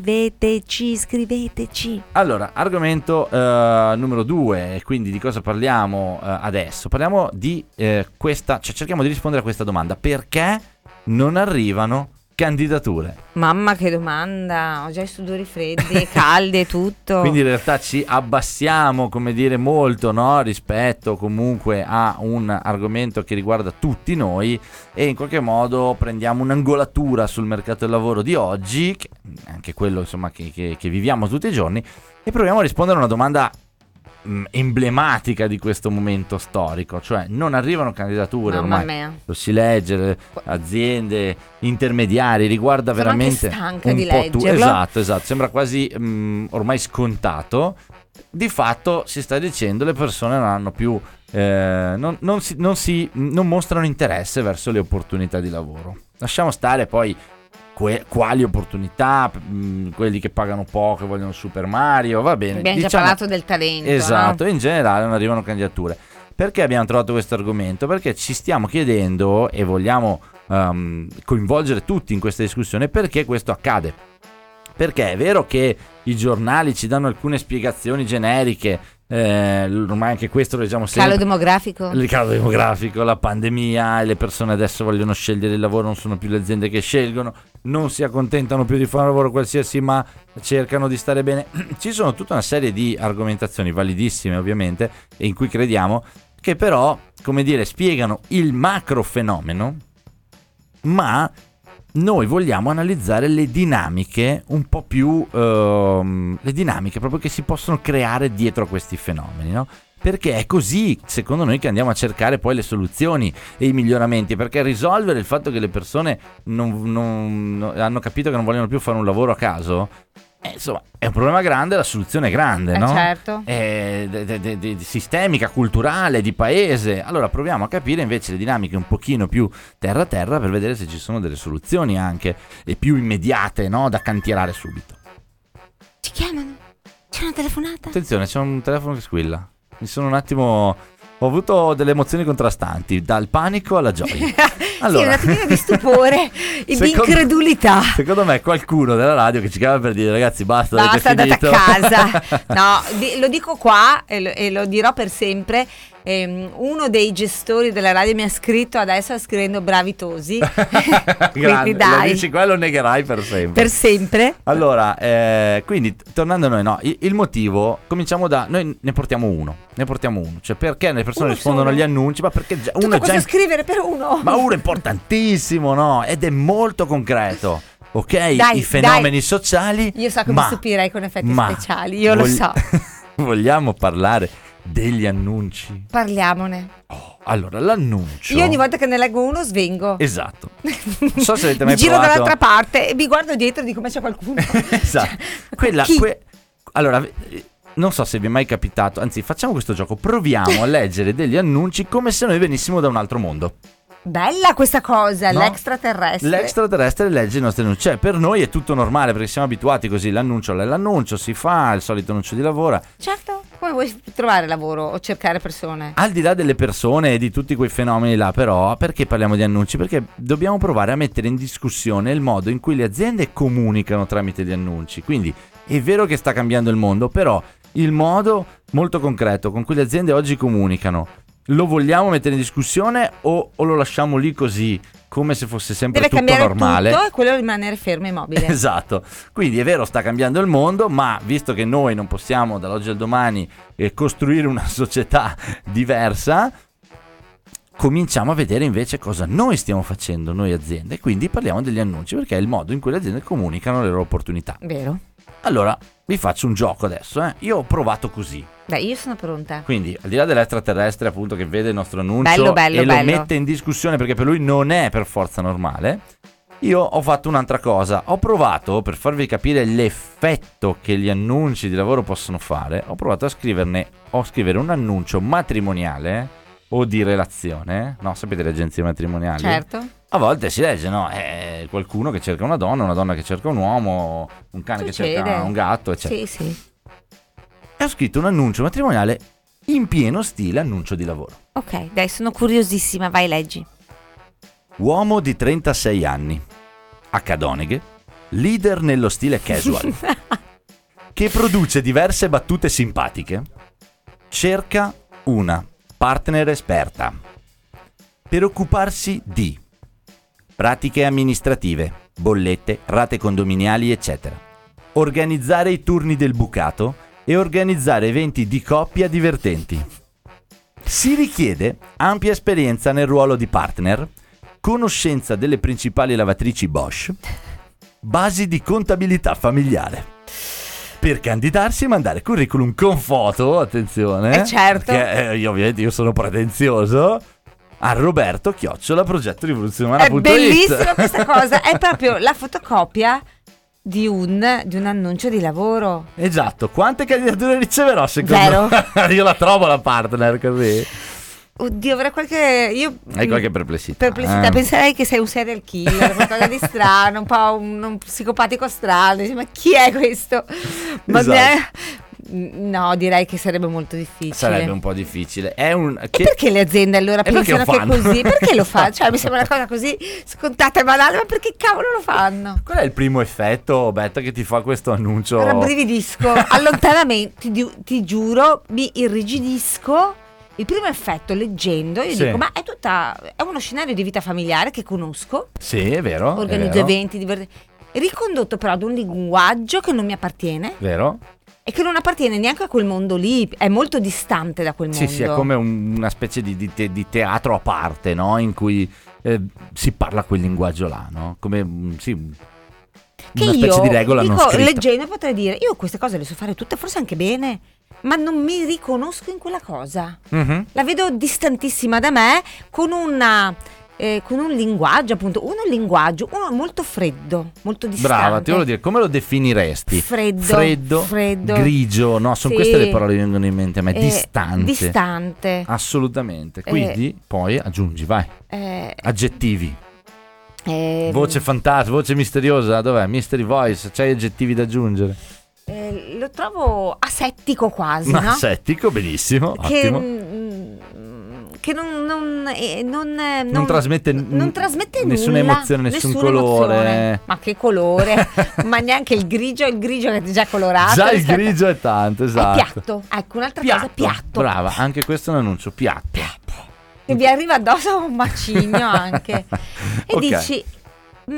Scriveteci. Allora, argomento numero 2. Quindi di cosa parliamo adesso? Parliamo di questa, cioè cerchiamo di rispondere a questa domanda: perché non arrivano candidature? Mamma, che domanda. Ho già i sudori freddi, caldi e tutto. Quindi in realtà ci abbassiamo, come dire, molto, no? Rispetto comunque a un argomento che riguarda tutti noi, e in qualche modo prendiamo un'angolatura sul mercato del lavoro di oggi, che è anche quello insomma che viviamo tutti i giorni, e proviamo a rispondere a una domanda emblematica di questo momento storico, cioè non arrivano candidature. Mamma ormai mia. lo si legge, le aziende, intermediari, riguarda Sono veramente anche stanca un di po' leggerlo. esatto, sembra quasi ormai scontato. Di fatto si sta dicendo le persone non hanno più non mostrano interesse verso le opportunità di lavoro. Lasciamo stare poi quali opportunità, quelli che pagano poco e vogliono Super Mario, va bene. Abbiamo già parlato del talento. Esatto, no? in generale non arrivano candidature. Perché abbiamo trovato questo argomento? Perché ci stiamo chiedendo e vogliamo coinvolgere tutti in questa discussione perché questo accade. Perché è vero che i giornali ci danno alcune spiegazioni generiche, ormai anche questo lo diciamo sempre. Calo demografico. Il calo demografico, la pandemia, e le persone adesso vogliono scegliere il lavoro, non sono più le aziende che scelgono, non si accontentano più di fare un lavoro qualsiasi, ma cercano di stare bene. Ci sono tutta una serie di argomentazioni validissime ovviamente, e in cui crediamo, che però, come dire, spiegano il macro fenomeno, ma noi vogliamo analizzare le dinamiche un po' più le dinamiche proprio che si possono creare dietro a questi fenomeni, no? Perché è così, secondo noi, che andiamo a cercare poi le soluzioni e i miglioramenti, perché risolvere il fatto che le persone non hanno capito che non vogliono più fare un lavoro a caso, insomma, è un problema grande, la soluzione è grande, no? Certo. Sistemica, culturale, di paese. Allora proviamo a capire invece le dinamiche un pochino più terra a terra, per vedere se ci sono delle soluzioni anche e più immediate, no? Da cantierare subito. Ci chiamano? C'è una telefonata? Attenzione, c'è un telefono che squilla. Mi sono un attimo... Ho avuto delle emozioni contrastanti, dal panico alla gioia. Allora, sì, un attimino di stupore e di incredulità. Secondo me qualcuno della radio che ci chiama per dire: ragazzi, basta, Andate finito. a casa. No, lo dico qua e lo dirò per sempre. Uno dei gestori della radio mi ha scritto, adesso sta scrivendo bravi tosi. Quindi dai, lo dici qua e lo negherai per sempre. Per sempre. Allora, quindi tornando a noi, no, il motivo, cominciamo da, noi ne portiamo uno, cioè perché le persone Uno rispondono solo? agli annunci, ma perché Tutto uno è questo già scrivere per uno. ma uno è importantissimo, no? Ed è molto concreto. ok, Dai, i fenomeni dai. sociali. Io so che mi ma stupirei con effetti ma speciali, io lo so. Vogliamo parlare degli annunci? Parliamone. Allora, l'annuncio. Io ogni volta che ne leggo uno svengo. Esatto. Non so se avete mai mi giro provato. dall'altra parte e mi guardo dietro e dico ma c'è qualcuno. Esatto. Chi? Allora, non so se vi è mai capitato, anzi facciamo questo gioco, proviamo a leggere degli annunci come se noi venissimo da un altro mondo. Bella questa cosa, No? l'extraterrestre. L'extraterrestre legge i nostri annunci. Cioè, per noi è tutto normale perché siamo abituati così. L'annuncio è l'annuncio, si fa il solito annuncio di lavoro. Certo, come vuoi trovare lavoro o cercare persone? Al di là delle persone e di tutti quei fenomeni là, però, perché parliamo di annunci? Perché dobbiamo provare a mettere in discussione il modo in cui le aziende comunicano tramite gli annunci. Quindi è vero che sta cambiando il mondo, però il modo molto concreto con cui le aziende oggi comunicano lo vogliamo mettere in discussione o lo lasciamo lì così, come se fosse sempre Deve tutto cambiare normale? tutto e quello rimanere fermo e immobile. Esatto, quindi è vero, sta cambiando il mondo, ma visto che noi non possiamo dall'oggi al domani costruire una società diversa, cominciamo a vedere invece cosa noi stiamo facendo, noi aziende, e quindi parliamo degli annunci, perché è il modo in cui le aziende comunicano le loro opportunità. Vero? Allora, vi faccio un gioco adesso, Io ho provato così. Dai, io sono pronta. Quindi, al di là dell'extraterrestre, appunto, che vede il nostro annuncio Bello, e lo bello. mette in discussione perché per lui non è per forza normale, io ho fatto un'altra cosa. Ho provato, per farvi capire l'effetto che gli annunci di lavoro possono fare, ho provato a scrivere un annuncio matrimoniale o di relazione, no? Sapete le agenzie matrimoniali? Certo. A volte si legge, no? È qualcuno che cerca una donna che cerca un uomo, un cane che Succede. cerca un gatto, eccetera. Sì. E ho scritto un annuncio matrimoniale in pieno stile annuncio di lavoro. Ok, dai, sono curiosissima, vai, leggi. Uomo di 36 anni, accadoneghe, leader nello stile casual, che produce diverse battute simpatiche, cerca una partner esperta per occuparsi di pratiche amministrative, bollette, rate condominiali, eccetera, organizzare i turni del bucato e organizzare eventi di coppia divertenti. Si richiede ampia esperienza nel ruolo di partner, conoscenza delle principali lavatrici Bosch, basi di contabilità familiare. Per candidarsi mandare curriculum con foto, attenzione, certo. perché io sono pretenzioso, a Roberto@progettorivoluzioneumana.it. È bellissima questa cosa, è proprio la fotocopia di un annuncio di lavoro. Esatto, quante candidature riceverò secondo me? Io la trovo la partner così. Oddio, avrei qualche... Hai qualche perplessità? Penserei che sei un serial killer, qualcosa di strano, un po' un psicopatico strano. Dici, ma chi è questo? Ma Esatto. no, direi che sarebbe molto difficile. Sarebbe un po' difficile. E perché le aziende allora perché pensano lo che è fanno? così? Perché lo fanno? Cioè, mi sembra una cosa così scontata e banale, ma perché cavolo lo fanno? Qual è il primo effetto, Betta, che ti fa questo annuncio? Rabbrividisco, allontanamento, ti giuro, mi irrigidisco. Il primo effetto, leggendo, io dico, ma è uno scenario di vita familiare che conosco. Sì, è vero. Organizzo eventi divertenti. Ricondotto però ad un linguaggio che non mi appartiene. Vero? E che non appartiene neanche a quel mondo lì, è molto distante da quel mondo. Sì, è come una specie di teatro a parte, no? In cui si parla quel linguaggio là, no? Come, una specie di regola non scritta. Leggendo potrei dire, io queste cose le so fare tutte, forse anche bene, ma non mi riconosco in quella cosa. Mm-hmm. La vedo distantissima da me, con un linguaggio, appunto, uno molto freddo, molto distante. Brava, ti volevo dire, come lo definiresti? Freddo, grigio, no? Sono queste le parole che vengono in mente a me, distante. Assolutamente, quindi poi aggiungi, vai, aggettivi. Voce fantastica, voce misteriosa, dov'è? Mystery voice, c'hai aggettivi da aggiungere? Lo trovo asettico quasi, no? Asettico, benissimo, ottimo. Che non trasmette nessuna nulla, emozione, nessun nessuna colore. emozione. Ma che colore? Ma neanche il grigio che è già colorato. Già il grigio è tanto, esatto. È piatto. Ecco, un'altra cosa, piatto. Brava, anche questo è un annuncio, piatto. Che vi arriva addosso un macigno anche. E dici, ma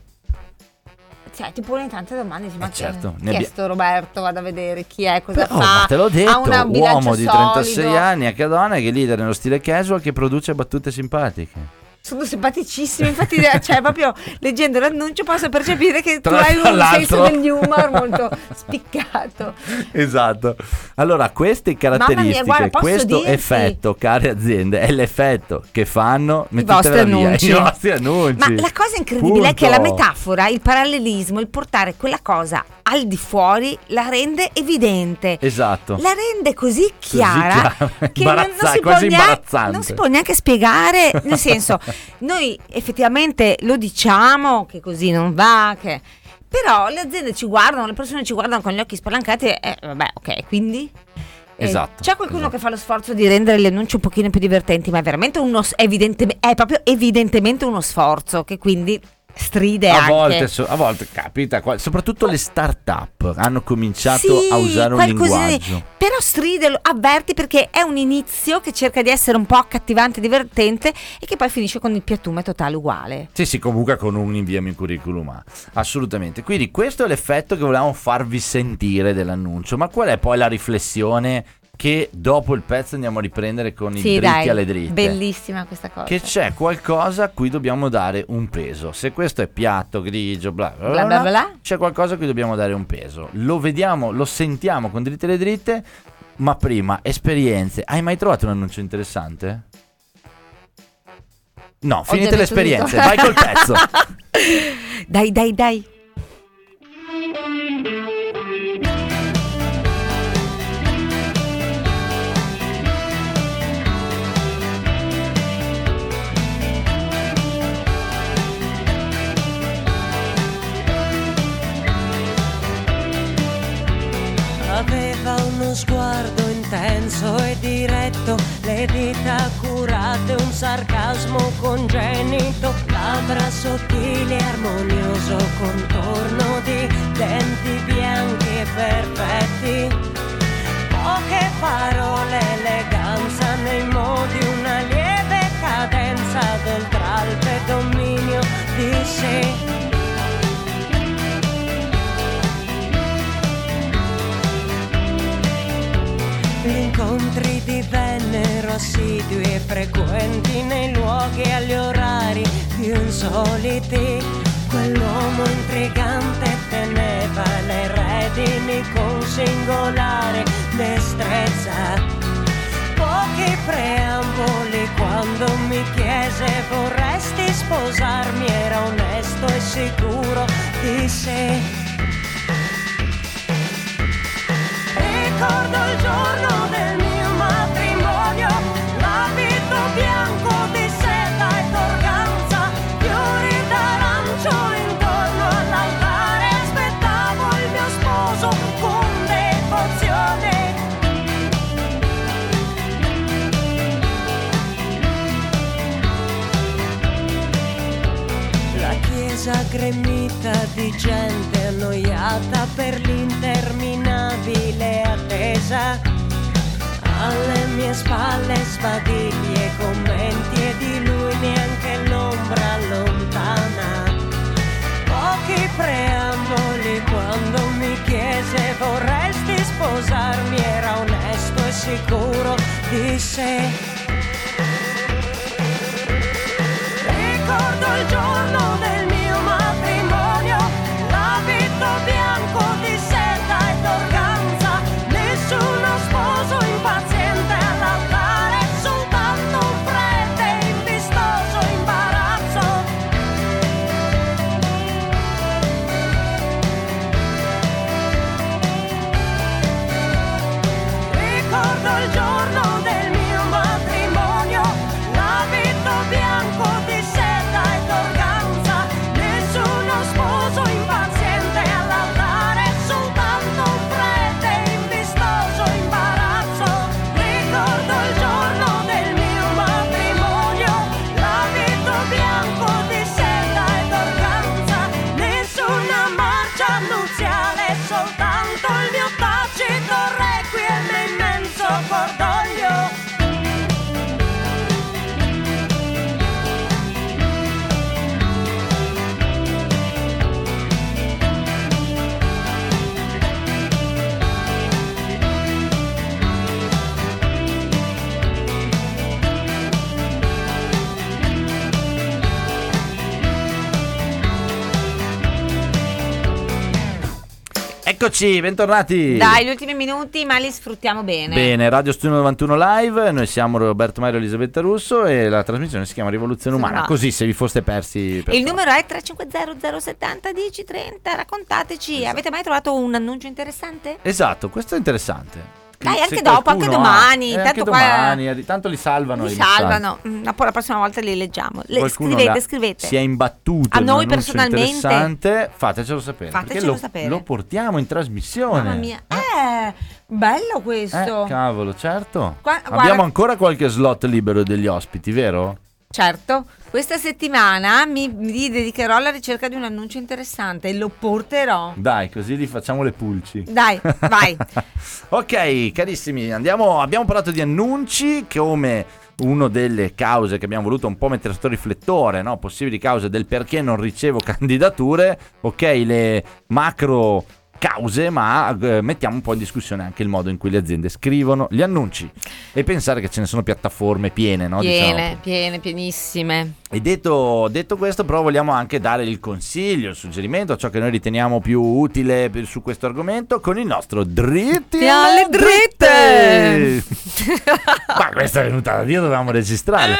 cioè, ti poni tante domande, dici, ma certo, chi è sto Roberto? Vado a vedere chi è, cosa fa. Te l'ho detto, ha un bilancio uomo di 36 solido. anni, accadone, che leader nello stile casual, che produce battute simpatiche. sono simpaticissimi, infatti cioè proprio leggendo l'annuncio posso percepire che tu Tra hai un l'altro. senso degli humor molto spiccato. Esatto. Allora, queste caratteristiche, guarda, posso questo dirti? effetto, care aziende, è l'effetto che fanno vostri annunci. i vostri annunci. Ma la cosa incredibile è che la Punto. metafora, il parallelismo, il portare quella cosa al di fuori la rende evidente. Esatto. La rende così chiara che quasi imbarazzante. non si può neanche spiegare, nel senso, noi effettivamente lo diciamo che così non va, però le aziende ci guardano, le persone ci guardano con gli occhi spalancati e vabbè, ok, quindi Esatto. c'è qualcuno esatto. che fa lo sforzo di rendere gli annunci un pochino più divertenti, ma è veramente è proprio evidentemente uno sforzo che quindi stride anche. A volte capita, soprattutto le start-up hanno cominciato a usare un qualcosina linguaggio. però stride, lo avverti, perché è un inizio che cerca di essere un po' accattivante, divertente e che poi finisce con il piattume totale uguale. Sì, comunque con un inviami in curriculum, assolutamente. Quindi questo è l'effetto che volevamo farvi sentire dell'annuncio. Ma qual è poi la riflessione che dopo il pezzo andiamo a riprendere con i dritti alle dritte? Bellissima questa cosa. Che c'è qualcosa a cui dobbiamo dare un peso. Se questo è piatto, grigio, bla bla Bla bla bla. c'è qualcosa a cui dobbiamo dare un peso. Lo vediamo, lo sentiamo con dritte alle dritte. Ma prima, esperienze. Hai mai trovato un annuncio interessante? No, finite già le detto esperienze, tutto. vai col pezzo. Dai. Aveva uno sguardo intenso e diretto, le dita curate, un sarcasmo congenito, labbra sottili e armonioso contorno di denti bianchi e perfetti. Poche parole, eleganza nei modi, una lieve cadenza d'oltralpe, dominio di sé. Gli incontri divennero assidui e frequenti nei luoghi e agli orari più insoliti. Quell'uomo intrigante teneva le redini con singolare destrezza. Pochi preamboli quando mi chiese vorresti sposarmi, era onesto e sicuro di sé. Ricordo il giorno del mio matrimonio, l'abito bianco di seta e d'organza, fiori d'arancio intorno all'altare, aspettavo il mio sposo con devozione. La chiesa gremita di gente annoiata per l'interminabile attesa. Alle mie spalle sbadigli e commenti e di lui neanche l'ombra lontana. Pochi preamboli quando mi chiese vorresti sposarmi, era onesto e sicuro di sé. Ricordo il giorno del mio matrimonio, l'abito bianco di seta e d'organza, nessuno sposo impaziente all'altare, soltanto un prete in vistoso imbarazzo. Ricordo il giorno del mio matrimonio, l'abito bianco di seta e d'organza. Eccoci, bentornati. Dai, gli ultimi minuti, ma li sfruttiamo bene. Bene, Radio Studio 91 Live, noi siamo Roberto Mario e Elisabetta Russo e la trasmissione si chiama Rivoluzione Umana, No. così se vi foste persi. Il numero è 350 070 1030, raccontateci, Esatto. avete mai trovato un annuncio interessante? Esatto, questo è interessante. Dai, Se anche dopo, anche qualcuno domani, anche tanto qua- domani, tanto li salvano. Li i messaggi. salvano. Dopo la prossima volta li leggiamo. Qualcuno Scrivete. si è imbattuto A in noi un annuncio personalmente? interessante, fatecelo sapere. Fatecelo perché sapere. lo portiamo in trasmissione. Mamma mia, bello questo. Cavolo, certo. Guarda- Abbiamo ancora qualche slot libero degli ospiti, vero? Certo, questa settimana mi dedicherò alla ricerca di un annuncio interessante e lo porterò. Dai, così li facciamo le pulci. Dai, vai. Ok, carissimi, abbiamo parlato di annunci come una delle cause che abbiamo voluto un po' mettere sotto riflettore, no? Possibili cause del perché non ricevo candidature, ok, le macro cause, ma mettiamo un po' in discussione anche il modo in cui le aziende scrivono gli annunci e pensare che ce ne sono piattaforme piene, no? Pienissime. E detto questo, però vogliamo anche dare il consiglio, il suggerimento, ciò che noi riteniamo più utile su questo argomento con il nostro dritti alle dritte. Ma questa è venuta da Dio, dovevamo registrare.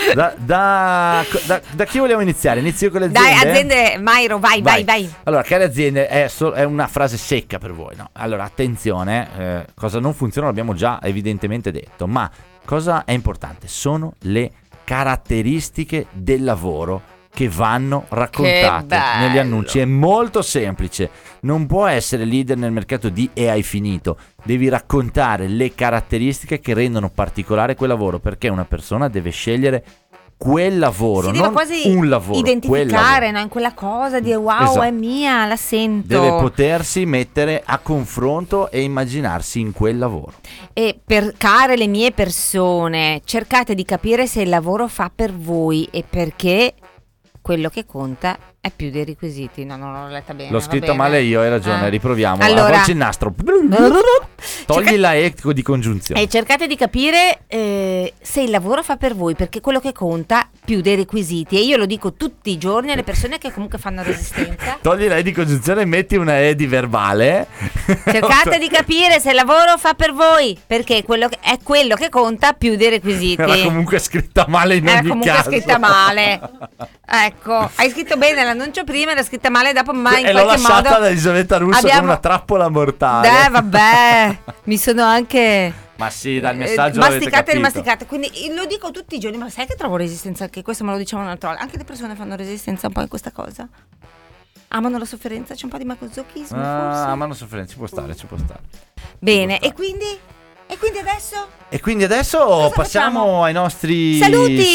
Da chi vogliamo iniziare? Inizio con le aziende? Dai, aziende, Mairo, vai. Allora, care aziende, è una frase secca per voi, no? Allora, attenzione, cosa non funziona l'abbiamo già evidentemente detto, ma cosa è importante? Sono le caratteristiche del lavoro che vanno raccontate negli annunci. È molto semplice, non può essere leader nel mercato di e hai finito, devi raccontare le caratteristiche che rendono particolare quel lavoro, perché una persona deve scegliere quel lavoro, si deve non quasi un lavoro, identificare, no? In quella cosa di wow, Esatto. è mia, la sento. Deve potersi mettere a confronto e immaginarsi in quel lavoro. E per care le mie persone, cercate di capire se il lavoro fa per voi e perché quello che conta è più dei requisiti. No, non l'ho letta bene. L'ho va scritto bene. male io, hai ragione, riproviamo. Allora, Avvolgi il nastro. Togli la E di congiunzione. E cercate di capire se il lavoro fa per voi, perché quello che conta più dei requisiti. E io lo dico tutti i giorni alle persone che comunque fanno resistenza. Togli la E di congiunzione e metti una E di verbale. Cercate di capire se il lavoro fa per voi, perché è quello che conta più dei requisiti. Era comunque scritta male in Era ogni comunque caso. scritta male. Ecco, hai scritto bene l'annuncio prima, era scritta male dopo, ma in E l'ho qualche lasciata modo da Elisabetta Russo come una trappola mortale. vabbè, mi sono anche Ma sì, dal messaggio l'avete masticate e capito. rimasticate. Quindi lo dico tutti i giorni, ma sai che trovo resistenza? Anche questo me lo dicevano un altro. Anche le persone fanno resistenza un po' in questa cosa. Amano la sofferenza, c'è un po' di masochismo forse. Ma non soffrire, ci può stare. Bene, e quindi adesso? E quindi adesso Cosa passiamo facciamo? ai nostri Saluti!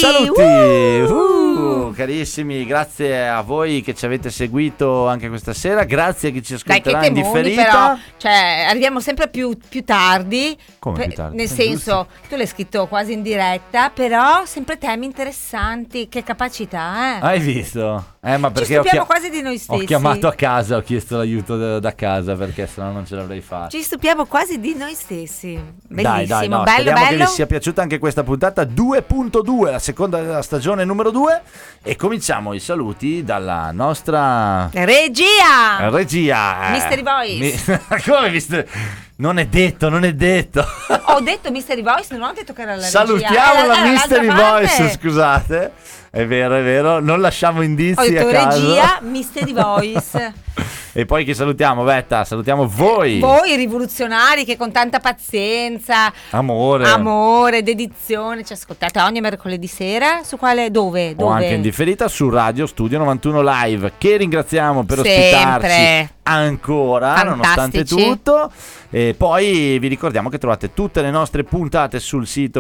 Carissimi, grazie a voi che ci avete seguito anche questa sera, grazie a chi ci Dai, che ascolterà in temoni, differita. però, cioè, arriviamo sempre più tardi. Come più tardi? Nel È senso, tu l'hai scritto quasi in diretta, però sempre temi interessanti. Che capacità, Hai visto? Ma Ci perché stupiamo quasi di noi ho stessi. chiamato a casa, ho chiesto l'aiuto da casa perché sennò non ce l'avrei fatto. Ci stupiamo quasi di noi stessi. Dai, Bellissimo, no, bello, speriamo che bello. vi sia piaciuta anche questa puntata 2.2, la seconda della stagione numero 2, e cominciamo i saluti dalla nostra Regia! Mystery Voice. Come Mystery? Non è detto. Ho detto Mystery Voice, non ho detto che era la regia. Salutiamo la Mystery l'altra Voice, parte. scusate. È vero, non lasciamo Ho indizi detto a caso. regia, Mystery Voice. E poi chi salutiamo, Betta? Salutiamo voi. Voi rivoluzionari che con tanta pazienza, Amore, dedizione ci ascoltate ogni mercoledì sera. Su quale? Dove? o anche in differita su Radio Studio 91 Live, che ringraziamo per Sempre. ospitarci ancora, nonostante Fantastici. tutto. E poi vi ricordiamo che trovate tutte le nostre puntate sul sito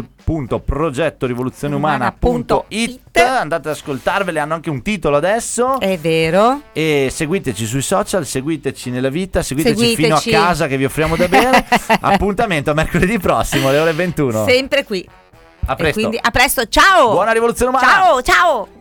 www.progettorivoluzioneumana.it. Andate ad ascoltarvele, hanno anche un titolo adesso. È vero. E seguiteci sui social, seguiteci nella vita, seguiteci fino a Seguiteci. casa che vi offriamo da bere. Appuntamento a mercoledì prossimo alle ore 21. Sempre qui. A presto. E quindi a presto, ciao. Buona rivoluzione umana. Ciao.